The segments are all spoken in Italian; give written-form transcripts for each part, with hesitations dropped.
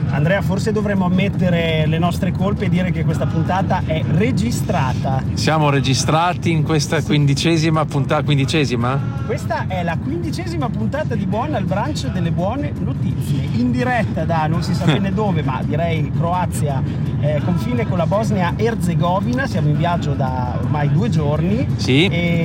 Andrea, forse dovremmo ammettere le nostre colpe e dire che questa puntata è registrata. Siamo registrati in questa quindicesima puntata. Questa è la 15ª puntata di Buon al Brunch delle buone notizie, in diretta da non si sa bene dove, ma direi Croazia, confine con la Bosnia-Erzegovina. Siamo in viaggio da ormai 2 giorni. Sì.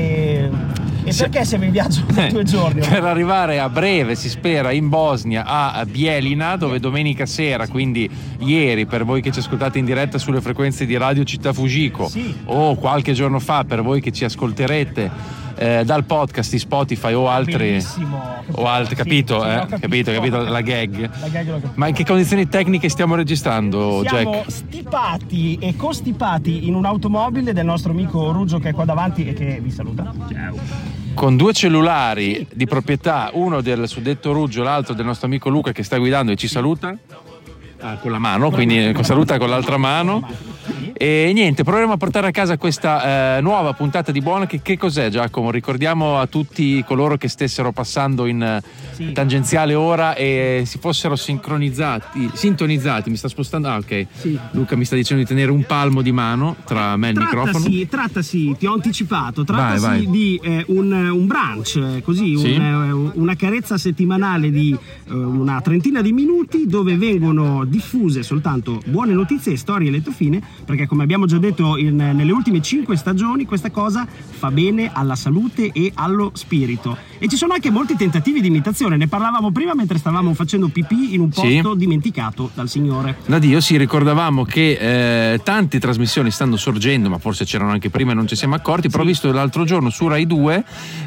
E perché siamo in viaggio da 2 giorni? Per arrivare a breve, si spera, in Bosnia, a Bijeljina, dove domenica sera, quindi ieri, per voi che ci ascoltate in diretta sulle frequenze di Radio Città Fujiko, sì, o qualche giorno fa per voi che ci ascolterete dal podcast di Spotify o altri, capito la gag. Ma in che condizioni tecniche stiamo registrando, Siamo Jack? stipati e costipati in un'automobile del nostro amico Ruggio, che è qua davanti e che vi saluta. Ciao. Con 2 cellulari di proprietà, uno del suddetto Ruggio, l'altro del nostro amico Luca che sta guidando e ci saluta con la mano, quindi saluta con l'altra mano. E niente, proveremo a portare a casa questa nuova puntata di Buona. Che cos'è, Giacomo? Ricordiamo a tutti coloro che stessero passando in tangenziale ora e si fossero sintonizzati. Mi sta spostando. Ah, ok. Sì. Luca mi sta dicendo di tenere un palmo di mano tra me e il microfono. Trattasi, ti ho anticipato. Vai. Di un brunch, così, sì? Una carezza settimanale di una trentina di minuti dove vengono diffuse soltanto buone notizie e storie lieto fine, perché come abbiamo già detto nelle ultime 5 stagioni questa cosa fa bene alla salute e allo spirito. E ci sono anche molti tentativi di imitazione, ne parlavamo prima mentre stavamo facendo pipì in un posto dimenticato dal Signore. Nadio, sì, ricordavamo che tante trasmissioni stanno sorgendo, ma forse c'erano anche prima e non ci siamo accorti, però ho visto l'altro giorno su Rai 2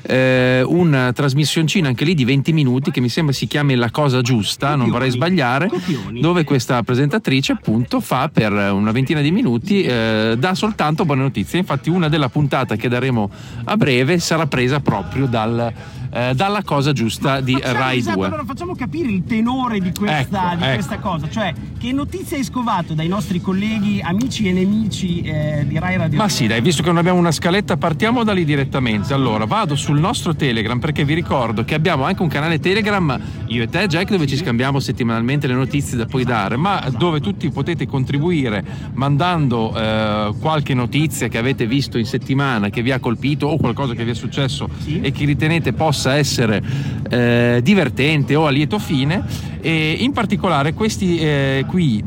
una trasmissioncina anche lì di 20 minuti che mi sembra si chiami La Cosa Giusta, non vorrei sbagliare, dove questa presentatrice appunto fa per una ventina di minuti dà soltanto buone notizie. Infatti una della puntata che daremo a breve sarà presa proprio dalla Cosa Giusta di Rai 2. Allora facciamo capire il tenore di questa cosa, cioè che notizie hai scovato dai nostri colleghi, amici e nemici di Rai Radio? Ma sì, dai, visto che non abbiamo una scaletta, partiamo da lì direttamente. Allora, vado sul nostro Telegram, perché vi ricordo che abbiamo anche un canale Telegram, io e te, Jack, dove ci scambiamo settimanalmente le notizie da poi dare, ma dove tutti potete contribuire mandando qualche notizia che avete visto in settimana, che vi ha colpito, o qualcosa che vi è successo e che ritenete possa essere divertente o a lieto fine. E in particolare questi qui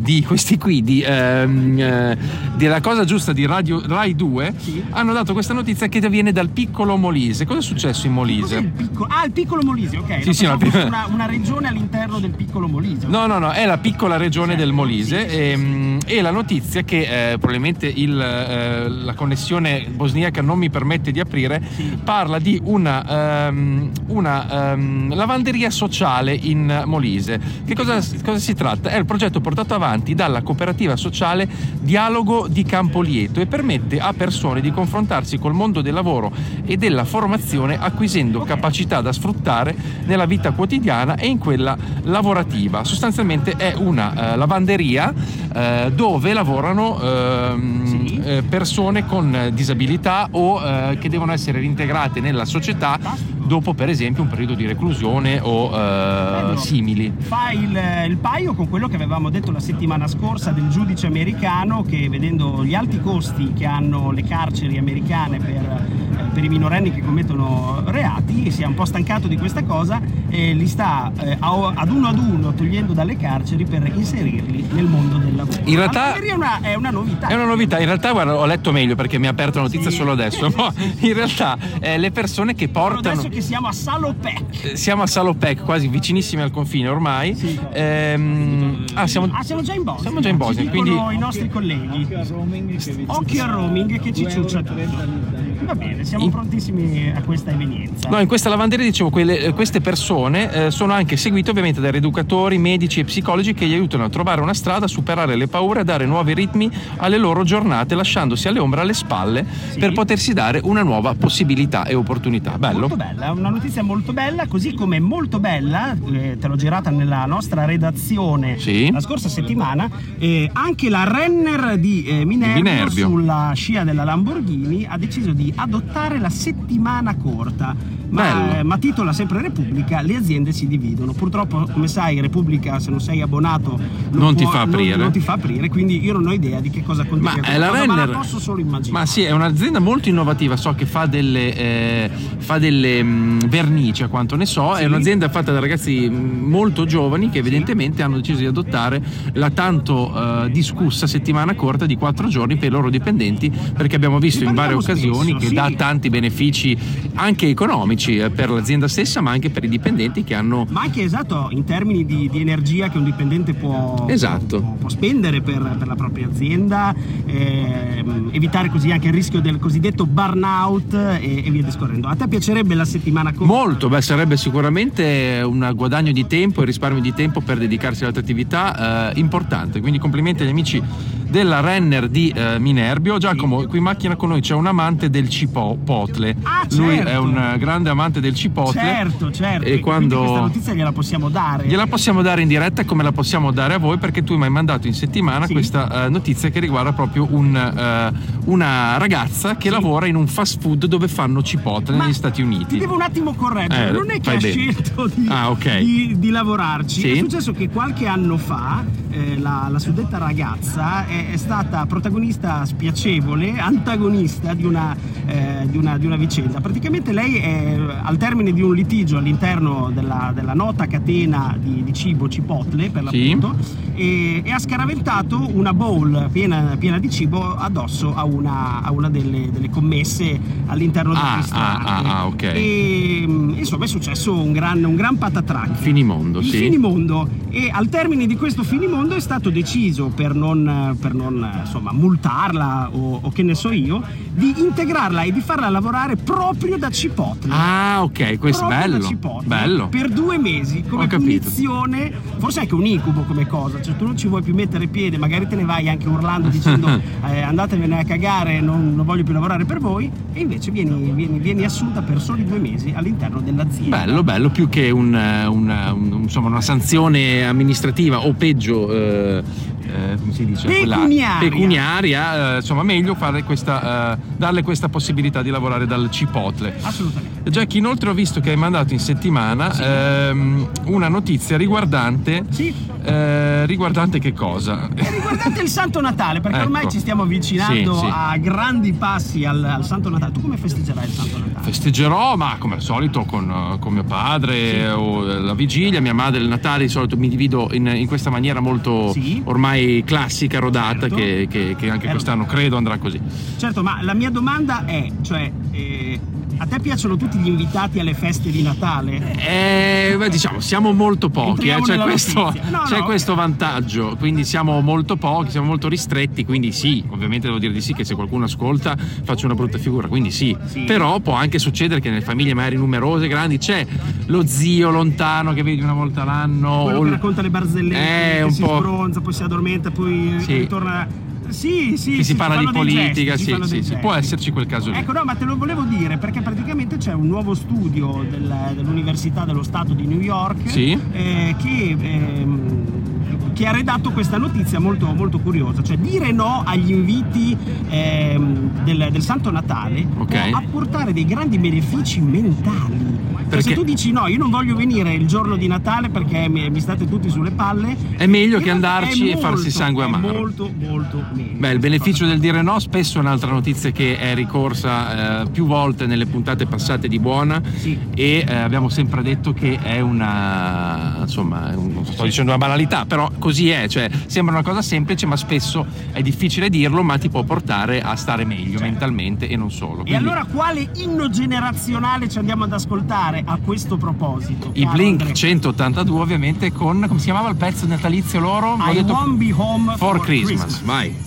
della Cosa Giusta di Rai 2 hanno dato questa notizia che viene dal piccolo Molise. Cosa è successo in Molise? Il piccolo Molise, ok. Sì, una regione all'interno del piccolo Molise. No, è la piccola regione del Molise. E la notizia che probabilmente la connessione bosniaca non mi permette di aprire, parla di una lavanderia sociale in Molise. Che cosa si tratta? È il progetto portato avanti dalla cooperativa sociale Dialogo di Campolieto e permette a persone di confrontarsi col mondo del lavoro e della formazione, acquisendo capacità da sfruttare nella vita quotidiana e in quella lavorativa. Sostanzialmente è una lavanderia dove lavorano persone con disabilità o che devono essere reintegrate nella società dopo, per esempio, un periodo di reclusione o simili. Fa il paio con quello che avevamo detto la settimana scorsa del giudice americano che, vedendo gli alti costi che hanno le carceri americane per i minorenni che commettono reati, si è un po' stancato di questa cosa e li sta ad uno togliendo dalle carceri per inserirli nel mondo del lavoro. In realtà è una novità. È una novità. In realtà, guarda, ho letto meglio perché mi ha aperto la notizia solo adesso. Ma in realtà le persone che portano. Adesso che siamo a Salopec. Siamo a Salopec, quasi vicinissimi al confine ormai. Siamo già in Bosnia. Siamo già in Bosnia, quindi i nostri colleghi. Occhio al roaming che ci ciuccia tutto. Va bene, siamo prontissimi a questa evenienza. No, in questa lavanderia, dicevo, queste persone sono anche seguite ovviamente da rieducatori, medici e psicologi che gli aiutano a trovare una strada, a superare le paure, a dare nuovi ritmi alle loro giornate, lasciandosi alle ombre alle spalle per potersi dare una nuova possibilità e opportunità. Bello? Molto bella, una notizia molto bella, così come molto bella, te l'ho girata nella nostra redazione la scorsa settimana, anche la runner di Minerbio, sulla scia della Lamborghini, ha deciso di di adottare la settimana corta, ma titola sempre Repubblica, le aziende si dividono. Purtroppo, come sai, Repubblica, se non sei abbonato, non ti fa aprire. Non ti fa aprire, quindi io non ho idea di che cosa contiene. Ma la Renner, ma la posso solo immaginare. Ma sì, è un'azienda molto innovativa, so che fa delle vernici, a quanto ne so. Sì. È un'azienda fatta da ragazzi molto giovani che evidentemente hanno deciso di adottare la tanto discussa settimana corta di 4 giorni per i loro dipendenti, perché abbiamo visto in varie occasioni che dà tanti benefici anche economici per l'azienda stessa, ma anche per i dipendenti che hanno... Ma anche, esatto, in termini di energia che un dipendente può spendere per la propria azienda, evitare così anche il rischio del cosiddetto burnout e via discorrendo. A te piacerebbe la settimana corta? Molto, sarebbe sicuramente un guadagno di tempo e risparmio di tempo per dedicarsi alle altre attività importante, quindi complimenti agli amici della Renner di Minerbio. Giacomo, qui in macchina con noi c'è un amante del cipotle. Lui è un grande amante del cipotle. Certo. E quando questa notizia gliela possiamo dare. Gliela possiamo dare in diretta, come la possiamo dare a voi, perché tu mi hai mandato in settimana questa notizia che riguarda proprio una ragazza che lavora in un fast food dove fanno cipotle negli Stati Uniti. Ti devo un attimo correggere, non è che ha scelto di lavorarci. Sì? È successo che qualche anno fa la suddetta ragazza è stata protagonista spiacevole, antagonista di una vicenda. Praticamente lei è al termine di un litigio all'interno della nota catena di cibo Cipotle, per l'appunto, e ha scaraventato una bowl piena di cibo addosso a una delle commesse all'interno del ristorante. E insomma è successo un gran patatrack. Finimondo. E al termine di questo finimondo è stato deciso, per non insomma multarla o che ne so io, di integrarla e di farla lavorare proprio da Cipotle. Questo è bello. Per 2 mesi come punizione. Forse anche un incubo come cosa, cioè tu non ci vuoi più mettere piede, magari te ne vai anche urlando dicendo andatevene a cagare, non voglio più lavorare per voi, e invece vieni assunta per soli 2 mesi all'interno dell'azienda. Bello, più che una sanzione amministrativa o peggio come si dice, pecuniaria, insomma meglio fare darle questa possibilità di lavorare dal Cipotle. Assolutamente. Jack, inoltre ho visto che hai mandato in settimana una notizia riguardante che cosa? Riguardante il Santo Natale, perché ormai ci stiamo avvicinando a grandi passi al Santo Natale. Tu come festeggerai il Santo Natale? Festeggerò, ma come al solito con mio padre o la vigilia. Mia madre il Natale di solito mi divido in questa maniera molto ormai classica, rodata, che anche quest'anno credo andrà così. Certo, ma la mia domanda è, a te piacciono tutti gli invitati alle feste di Natale? Diciamo, siamo molto pochi, c'è questo vantaggio, quindi siamo molto pochi, siamo molto ristretti, quindi sì, ovviamente devo dire di sì, che se qualcuno ascolta faccio una brutta figura, quindi sì. Però può anche succedere che nelle famiglie magari numerose, grandi, c'è lo zio lontano che vedi una volta l'anno, quello che racconta le barzellette, che si sbronza, poi si addormenta, poi ritorna. Si parla di politica, può esserci quel caso lì. Ecco, no, ma te lo volevo dire perché praticamente c'è un nuovo studio dell'Università dello Stato di New York che ha redatto questa notizia molto, molto curiosa, cioè dire no agli inviti del Santo Natale può apportare dei grandi benefici mentali. Perché se tu dici no, io non voglio venire il giorno di Natale perché mi state tutti sulle palle, è meglio che andarci e farsi sangue amaro. Molto meglio. Beh, il beneficio del dire no spesso è un'altra notizia che è ricorsa più volte nelle puntate passate di Buona, e abbiamo sempre detto che è non sto dicendo una banalità, però così è, cioè sembra una cosa semplice ma spesso è difficile dirlo, ma ti può portare a stare meglio mentalmente e non solo. E allora quale inno generazionale ci andiamo ad ascoltare a questo proposito? I Blink 182 ovviamente con, come si chiamava il pezzo natalizio loro? Won't Be Home for Christmas. Vai.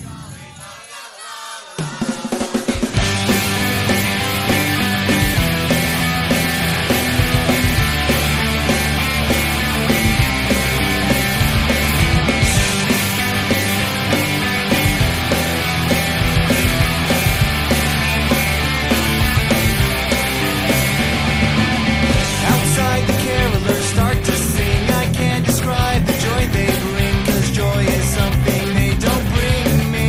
Describe the joy they bring, 'cause joy is something they don't bring me.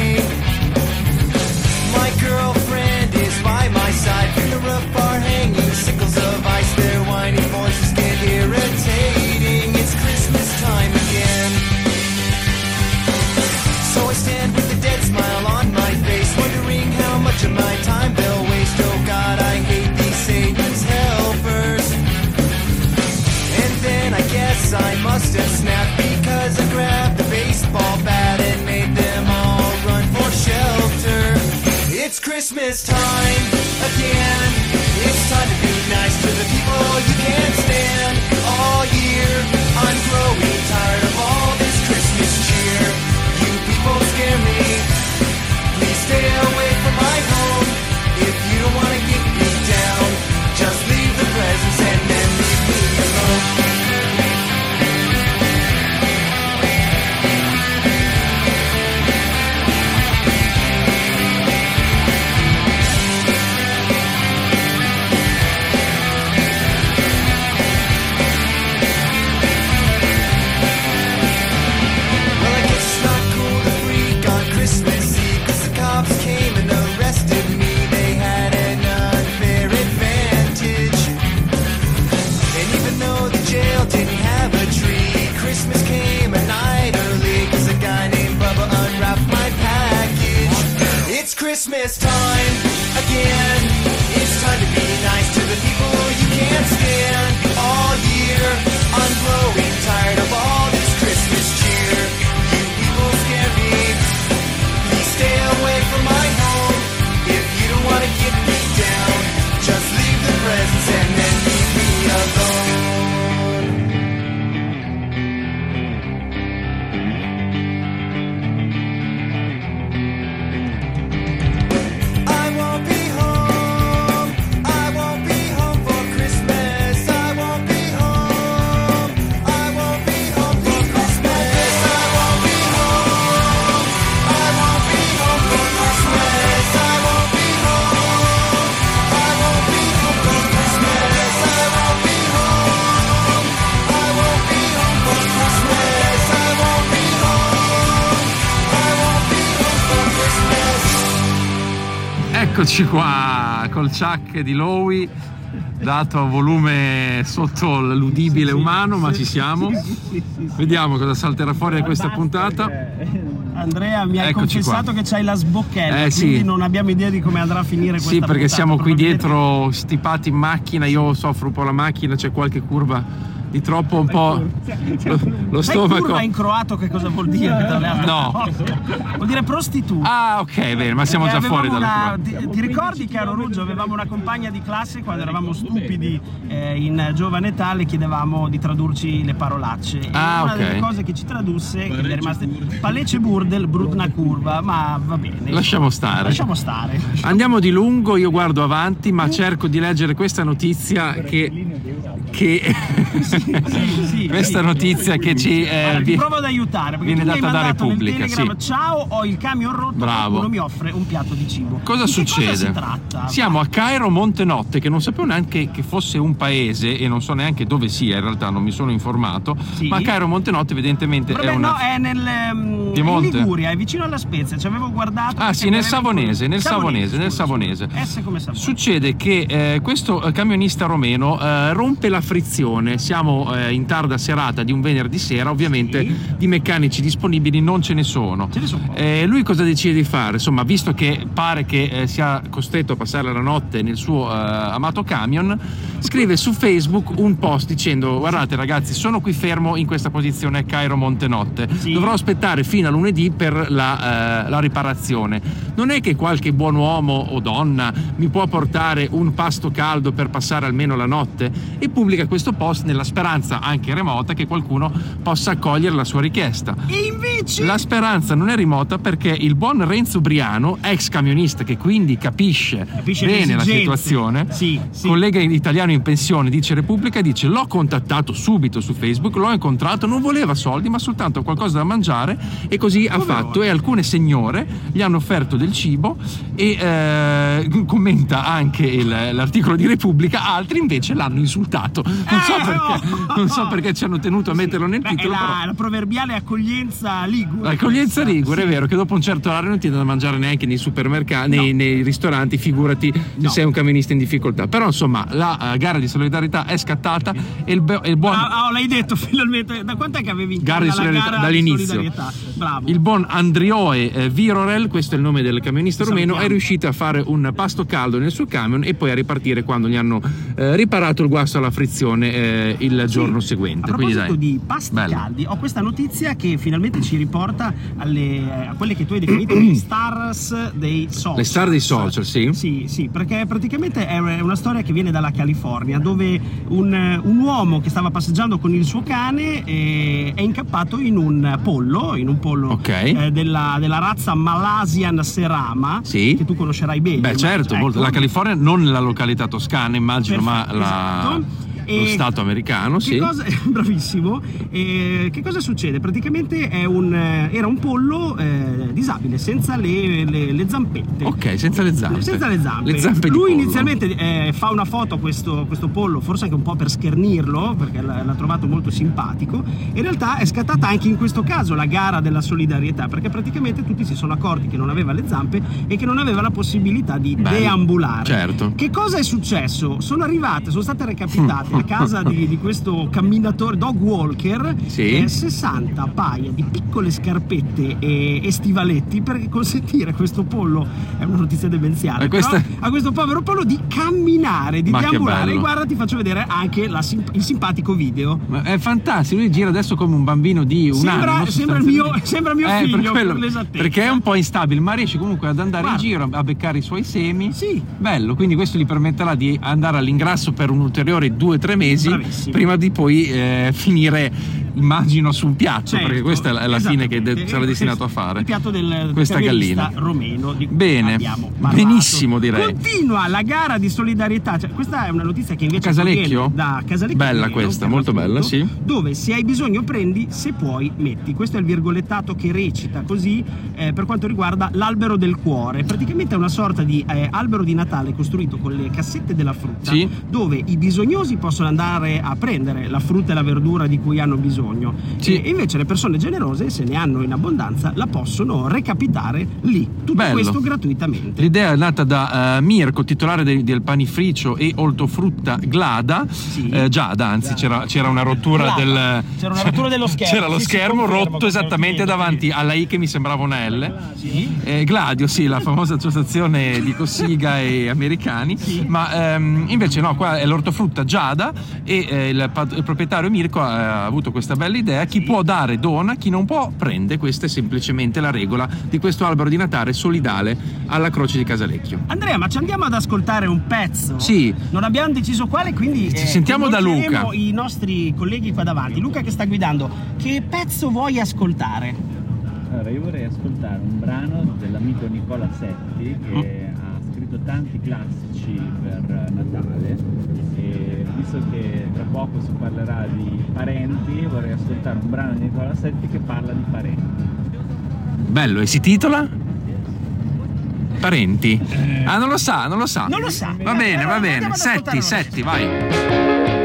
of my time they'll waste. Oh God, I hate these Satan's helpers. And then I guess I must have snapped, because I grabbed the baseball bat and made them all run for shelter. It's Christmas time again. It's time to be nice to the people you can't stand. All year I'm growing tired of all this Christmas cheer. You people scare me. Please stay away from my home. If you don't want to get me down, just leave the presents and then leave me alone. Christmas time again. It's time to be nice to the people you can't stand. All year I'm growing tired of all this Christmas cheer. You people scare me. Please stay away from my home. If you don't want to get me down, just leave the presents and then leave me alone. Eccoci qua col Chuck di Lowy, dato a volume sotto l'udibile umano, ma ci siamo. Vediamo cosa salterà fuori da questa puntata. Andrea, mi hai confessato che c'hai la sbocchella, quindi sì. Non abbiamo idea di come andrà a finire questa puntata. Sì, perché siamo qui dietro stipati in macchina, io soffro un po' la macchina, c'è qualche curva di troppo, un po' lo stomaco. Curva in croato che cosa vuol dire? No. Vuol dire prostituta. Ah, ok, bene, ma siamo già fuori dalla curva. Ti ricordi, caro Ruggio, avevamo una compagna di classe quando eravamo stupidi in giovane età, le chiedevamo di tradurci le parolacce. E una delle cose che ci tradusse, che mi è rimasta Palece Burdel, brutna curva, ma va bene. Lasciamo stare. Andiamo di lungo, io guardo avanti, ma cerco di leggere questa notizia questa notizia che ci ti provo ad aiutare, perché viene data da Repubblica. Sì. Ciao, ho il camion rotto, bravo. Qualcuno mi offre un piatto di cibo. Cosa succede? Cosa si tratta? Siamo a Cairo Montenotte, che non sapevo neanche che fosse un paese e non so neanche dove sia, in realtà non mi sono informato, sì. Ma Cairo Montenotte evidentemente è una... No, è nel in Liguria, è vicino alla Spezia, ci avevo guardato. Ah sì, nel Savonese. Come Savonese. Succede che questo camionista romeno rompe la frizione. Siamo in tarda serata di un venerdì sera, ovviamente sì. Di meccanici disponibili non ce ne sono. Lui cosa decide di fare? Insomma, visto che pare che sia costretto a passare la notte nel suo amato camion, scrive su Facebook un post dicendo: guardate ragazzi, sono qui fermo in questa posizione a Cairo Montenotte, sì. Dovrò aspettare fino a lunedì per la riparazione. Non è che qualche buon uomo o donna mi può portare un pasto caldo per passare almeno la notte? E pubblica questo post nella speranza, anche remota, che qualcuno possa accogliere la sua richiesta. E invece la speranza non è remota, perché il buon Renzo Briano, ex camionista che quindi capisce bene la situazione, sì. Collega italiano in pensione, dice Repubblica, dice: l'ho contattato subito su Facebook, l'ho incontrato, non voleva soldi ma soltanto qualcosa da mangiare, e così ha fatto. E alcune signore gli hanno offerto del cibo, e commenta anche l'articolo di Repubblica, altri invece l'hanno insultato Non so perché ci hanno tenuto a metterlo nel titolo. È la proverbiale accoglienza ligure. L'accoglienza ligure, è vero che dopo un certo orario non ti danno da mangiare neanche nei supermercati, nei ristoranti, figurati se sei un camionista in difficoltà. Però insomma la gara di solidarietà è scattata e il buon... l'hai detto finalmente. Da quant'è che avevi in gara di solidarietà? Dall'inizio. Bravo. Il buon Andrioe Virorel, questo è il nome del camionista rumeno, è riuscito a fare un pasto caldo nel suo camion e poi a ripartire quando gli hanno riparato il guasto alla frizione il giorno seguente. A proposito quindi, di pasti caldi, ho questa notizia che finalmente ci riporta a quelle che tu hai definito le stars dei social. Le star dei social, sì? Sì, perché praticamente è una storia che viene dalla California, dove un uomo che stava passeggiando con il suo cane è incappato in un pollo della razza Malaysian Serama, che tu conoscerai bene. Beh, certo, molto. La California, non la località toscana, immagino, esatto. Lo stato americano, bravissimo. Che cosa succede? Praticamente era un pollo disabile, senza le zampette. Ok, senza le zampe. Senza le zampe. Le zampe Lui di pollo. inizialmente fa una foto a questo pollo, forse anche un po' per schernirlo, perché l'ha trovato molto simpatico. In realtà è scattata anche in questo caso la gara della solidarietà, perché praticamente tutti si sono accorti che non aveva le zampe e che non aveva la possibilità di deambulare. Certo. Che cosa è successo? Sono state recapitate a casa di questo camminatore dog walker 60 paia di piccole scarpette e stivaletti per consentire a questo pollo, è una notizia demenziale, a questo povero pollo di camminare, di deambulare. E guarda, ti faccio vedere anche il simpatico video. Ma è fantastico, lui gira adesso come un bambino di un anno. Sembra mio figlio, per l'esattezza. Perché è un po' instabile, ma riesce comunque ad andare in giro a beccare i suoi semi. Sì. Bello, quindi questo gli permetterà di andare all'ingrasso per un ulteriore 2-3 mesi. Bravissimo. Prima di poi finire, immagino, su un piatto, perché questa è la fine che sarà destinato a fare. Il piatto del questa gallina romeno di cui bene, abbiamo parlato. Benissimo, direi. Continua la gara di solidarietà, questa è una notizia che invece Casalecchio? Da Casalecchio. Bella questa, molto bella, sì. Dove se hai bisogno prendi, se puoi metti. Questo è il virgolettato che recita così per quanto riguarda l'albero del cuore. Praticamente è una sorta di albero di Natale costruito con le cassette della frutta, dove i bisognosi possono andare a prendere la frutta e la verdura di cui hanno bisogno, e invece le persone generose, se ne hanno in abbondanza, la possono recapitare lì. Tutto questo gratuitamente. L'idea è nata da Mirko, titolare del panificio e ortofrutta Glada. Giada, anzi, c'era una rottura c'era una rottura dello schermo. C'era lo schermo rotto esattamente davanti alla I che mi sembrava una L. Gladio, la famosa associazione di Cossiga e americani. Ma invece no, qua è l'ortofrutta Giada, e il proprietario Mirko ha avuto questa bella idea: chi può dare dona, chi non può prende. Questa è semplicemente la regola di questo albero di Natale solidale alla Croce di Casalecchio. Andrea, ma ci andiamo ad ascoltare un pezzo? Sì. Non abbiamo deciso quale, quindi ci sentiamo da Luca. I nostri colleghi qua davanti. Luca che sta guidando, che pezzo vuoi ascoltare? Allora, io vorrei ascoltare un brano dell'amico Nicola Setti, che ha scritto tanti classici per Natale, e visto che tra poco si parlerà di parenti, vorrei ascoltare un brano di Nicola Setti che parla di parenti. Bello, e si titola? Parenti? Non lo sa. Non lo sa. Va bene. Setti, vai.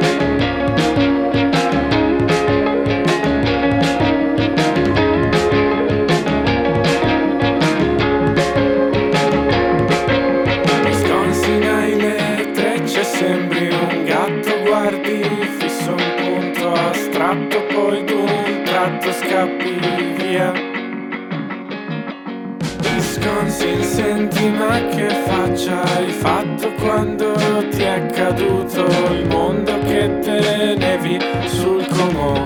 Sembri un gatto, guardi fisso un punto astratto, poi d'un tratto scappi via. Wisconsin, senti, ma che faccia hai fatto quando ti è caduto il mondo che tenevi sul comò?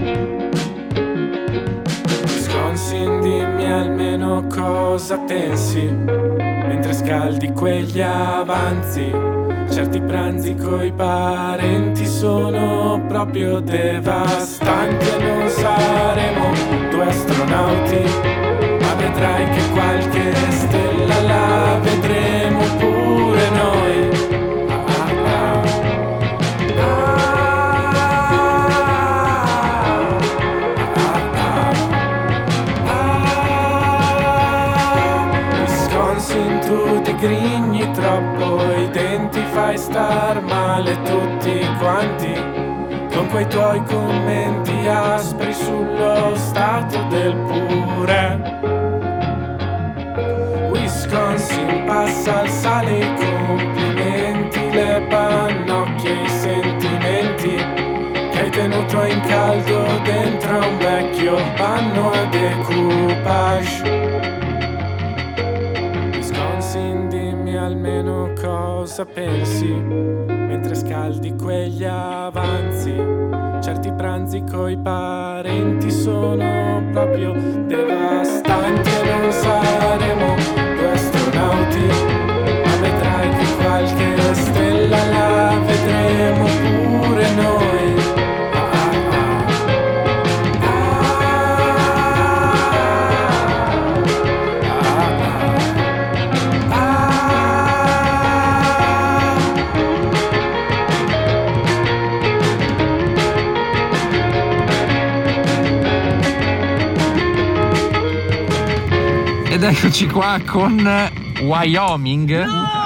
Wisconsin, dimmi almeno cosa pensi mentre scaldi quegli avanzi. Certi pranzi coi parenti sono proprio devastanti, e non saremo due astronauti, ma vedrai che qualche stella la vedremo pure noi. Wisconsin, tu ti grigni troppo, i denti fai star male tutti quanti. quei tuoi commenti aspri sullo stato del pure. Wisconsin passa al sale i complimenti, le pannocchie e i sentimenti che hai tenuto in caldo dentro a un vecchio panno a decoupage. Wisconsin, dimmi almeno cosa pensi mentre scaldi quegli avanzi. Certi pranzi coi parenti sono proprio devastanti e non saremo due astronauti, ma vedrai che qualche stella la vedremo pure noi. Ed eccoci qua con Wyoming,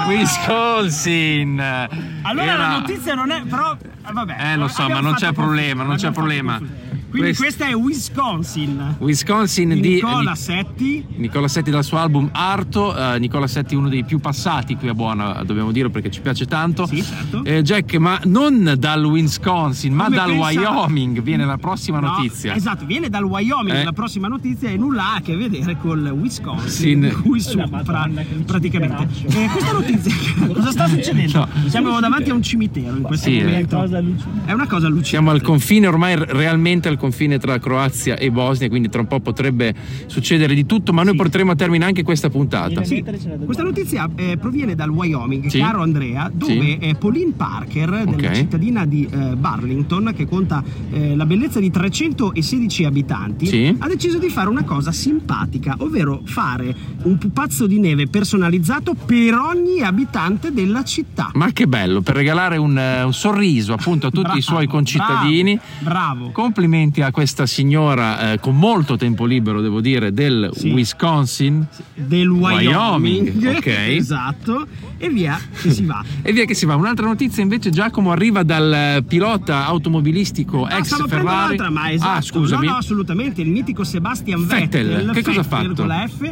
Wisconsin. Allora la notizia non è, però vabbè. Lo so, ma non c'è problema, non c'è problema. Quindi questa è Wisconsin di Nicola Setti. Nicola Setti dal suo album Arto. Nicola Setti uno dei più passati qui a Buona, dobbiamo dire, perché ci piace tanto. Sì, certo. Jack, ma non dal Wisconsin, ma Come dal pensa... Wyoming viene la prossima notizia. Esatto, viene dal Wyoming la prossima notizia e nulla ha a che vedere col Wisconsin qui sopra praticamente. Questa notizia cosa sta succedendo? No. Siamo davanti a un cimitero in questo momento. È una cosa allucinante. Siamo al confine, ormai realmente al confine tra Croazia e Bosnia, quindi tra un po' potrebbe succedere di tutto, ma noi porteremo a termine anche questa puntata. Sì. Questa notizia proviene dal Wyoming, sì, caro Andrea, dove sì, Pauline Parker, della cittadina di Burlington, che conta la bellezza di 316 abitanti, sì, ha deciso di fare una cosa simpatica, ovvero fare un pupazzo di neve personalizzato per ogni abitante della città. Ma che bello, per regalare un sorriso appunto a tutti i suoi concittadini. Bravo. Complimenti a questa signora con molto tempo libero, devo dire, del Wisconsin, del Wyoming. Ok. Esatto. E via che si va. E via che si va. Un'altra notizia invece, Giacomo, arriva dal pilota automobilistico ex Ferrari. Ma esatto. Scusami. No, assolutamente, il mitico Sebastian Vettel. Che cosa ha fatto? Con la F,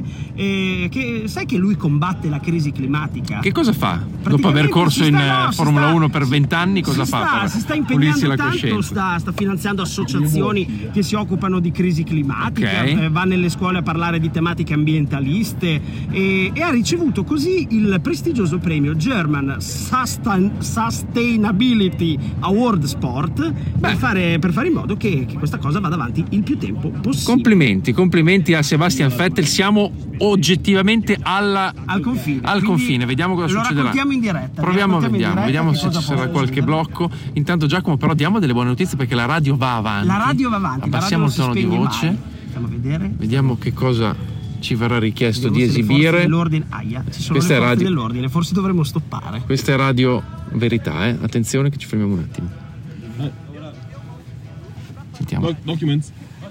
che sai che lui combatte la crisi climatica. Che cosa fa? Dopo aver corso in Formula 1 per 20 anni, cosa fa? Si sta pulirsi impegnando la tanto, coscienza? sta finanziando associazioni che si occupano di crisi climatica, va nelle scuole a parlare di tematiche ambientaliste e ha ricevuto così il prestigioso premio German Sustainability Award Sport per fare in modo che questa cosa vada avanti il più tempo possibile. Complimenti a Sebastian Vettel. Siamo oggettivamente al confine. Vediamo cosa succederà. Lo raccontiamo in diretta. Vediamo se ci sarà qualche blocco. Intanto, Giacomo, però diamo delle buone notizie, perché la radio va avanti. Abbassiamo il tono di voce. Facciamo vedere. Vediamo che cosa ci verrà richiesto di esibire. Ci sono questa le forze radio dell'ordine, forse dovremmo stoppare. Questa è Radio Verità, attenzione che ci fermiamo un attimo. Sentiamo. Documents.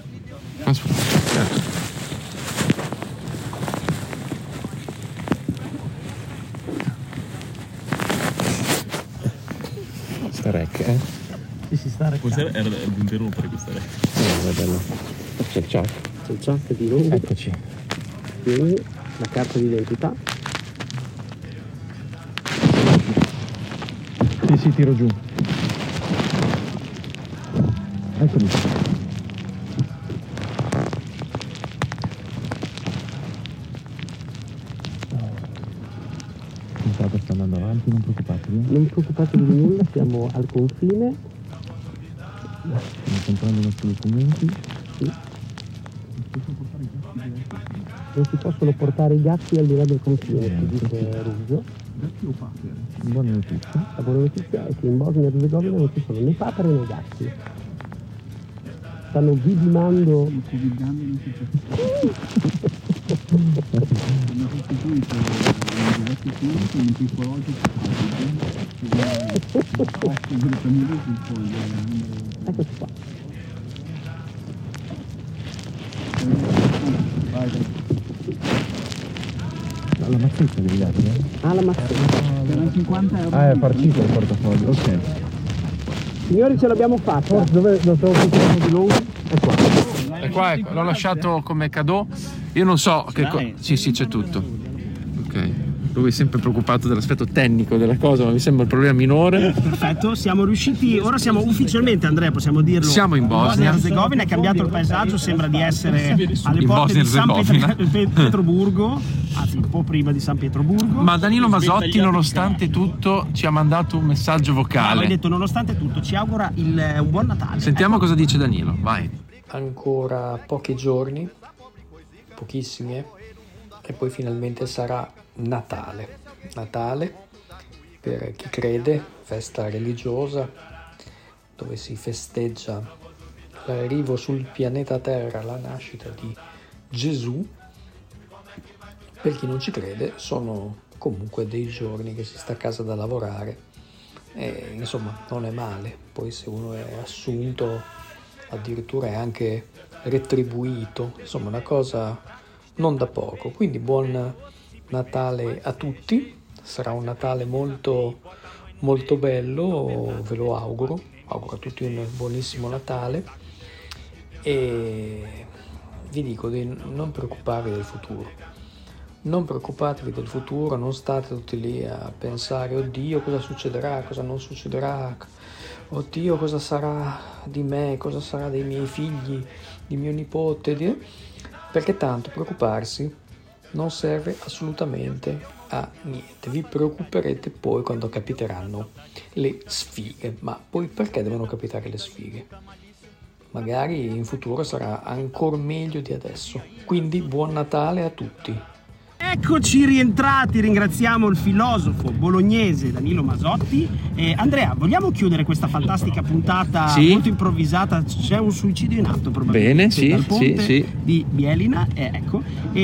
Sta rec, Sì, sta rec. Era da interrompere questa rec. È bello. C'è il chuck. Di lui. Eccoci. Quindi la carta d'identità. Sì, tiro giù. Eccomi. Sta andando avanti, non preoccupatevi. Non preoccupatevi di nulla, siamo al confine. Stiamo comprando i nostri documenti. Sì. Non si possono portare i gatti al di là del confine, dice Ruggio. Gatti o papere? Buona notizia. La buona notizia è che in Bosnia e Erzegovina non ci sono né papere né gatti. Stanno vidimando. Il Covid-19 non si può. Hanno sostituito i diversi punti in piccolo Eccoci qua. La mazzetta dei gatti, la mazzetta. Erano 50 euro. è partito il portafoglio, ok. Signori, ce l'abbiamo fatta. Dove lo stavo pensando di lui? È qua. È qua, l'ho lasciato come cadeau. Io non so che sì, c'è tutto. Ok. Lui è sempre preoccupato dell'aspetto tecnico della cosa, ma mi sembra il problema minore. Perfetto, siamo riusciti, ora siamo ufficialmente, Andrea, possiamo dirlo. Siamo in Bosnia. Herzegovina, è cambiato il paesaggio, sembra di essere alle porte di San Pietroburgo, anzi un po' prima di San Pietroburgo. Ma Danilo Masotti, nonostante tutto, ci ha mandato un messaggio vocale. Hai detto, nonostante tutto, ci augura un buon Natale. Sentiamo cosa dice Danilo, vai. Ancora pochi giorni, pochissimi, e poi finalmente sarà Natale. Natale, per chi crede, festa religiosa dove si festeggia l'arrivo sul pianeta Terra, la nascita di Gesù. Per chi non ci crede, sono comunque dei giorni che si sta a casa da lavorare e insomma non è male. Poi se uno è assunto addirittura è anche retribuito, insomma una cosa non da poco. Quindi buon Natale a tutti, sarà un Natale molto molto bello, ve lo auguro a tutti un buonissimo Natale e vi dico di non preoccuparvi del futuro, non preoccupatevi del futuro, non state tutti lì a pensare oddio cosa succederà, cosa non succederà, oddio cosa sarà di me, cosa sarà dei miei figli, di mio nipote, perché tanto preoccuparsi non serve assolutamente a niente. Vi preoccuperete poi quando capiteranno le sfighe. Ma poi perché devono capitare le sfighe? Magari in futuro sarà ancora meglio di adesso. Quindi buon Natale a tutti. Eccoci rientrati, ringraziamo il filosofo bolognese Danilo Masotti. Andrea, vogliamo chiudere questa fantastica puntata molto improvvisata? C'è un suicidio in atto probabilmente. Bene, sì, dal ponte sì. di Bielina, ecco.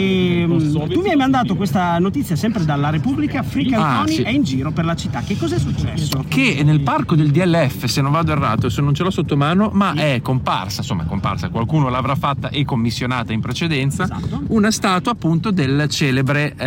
Tu mi hai mandato questa notizia sempre dalla Repubblica. Freak Antoni è in giro per la città. Che cosa è successo? Che nel parco del DLF, se non vado errato, se non ce l'ho sotto mano, ma è comparsa, qualcuno l'avrà fatta e commissionata in precedenza, una statua appunto del celebre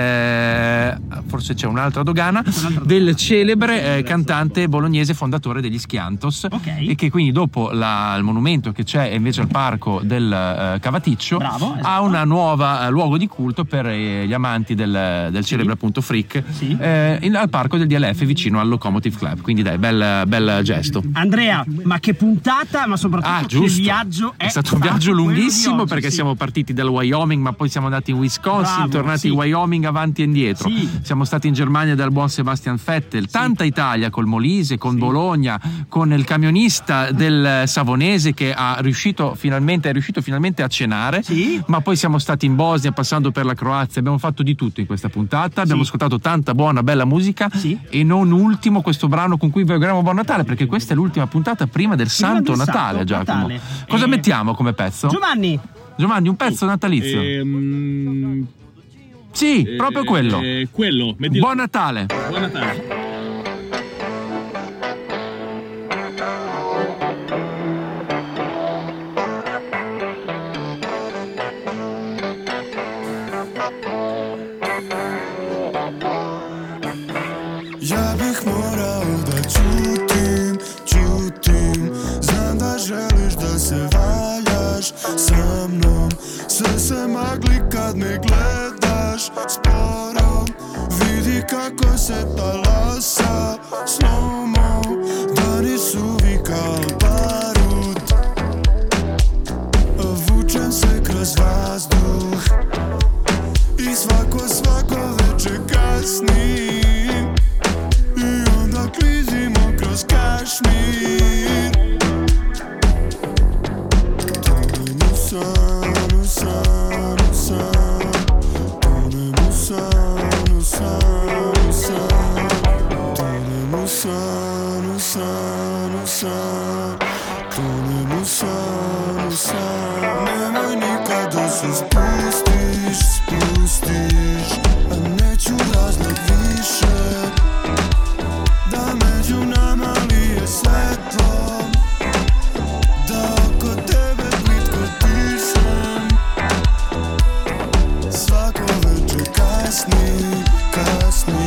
forse c'è un'altra dogana del celebre cantante bolognese fondatore degli Schiantos, e che quindi dopo il monumento che c'è invece al parco del Cavaticcio ha una nuova luogo di culto per gli amanti del celebre appunto freak al parco del DLF vicino al Locomotive Club, quindi dai, bel gesto. Andrea, ma che puntata, ma soprattutto che viaggio è stato un viaggio lunghissimo perché siamo partiti dal Wyoming ma poi siamo andati in Wisconsin, tornati in Wyoming avanti e indietro, siamo stati in Germania dal buon Sebastian Vettel, tanta Italia col Molise, con Bologna, con il camionista del Savonese che è riuscito finalmente a cenare, ma poi siamo stati in Bosnia passando per la Croazia, abbiamo fatto di tutto in questa puntata, abbiamo ascoltato tanta buona bella musica e non ultimo questo brano con cui vi auguriamo buon Natale, perché questa è l'ultima puntata prima del Santo Natale, Giacomo. Cosa mettiamo come pezzo? Giovanni, un pezzo natalizio. Sì, proprio quello. Buon Natale. Buon Natale. Ja bih morao da čutim, znam da želiš da se valjaš sa mnom, sve se magli kad me gledaš sporo, vidi kako se talasa slow-mo, dani suvi kao barut, vučem se kroz vazduh i svako večer kasnim i onda klizimo kroz Kašmir. Tonem u san, tonem u san, nemoj nikad da se spustiš, a neću razlog više, da među nama lije svetlo, da oko tebe plitko dišem, svako večer kasni.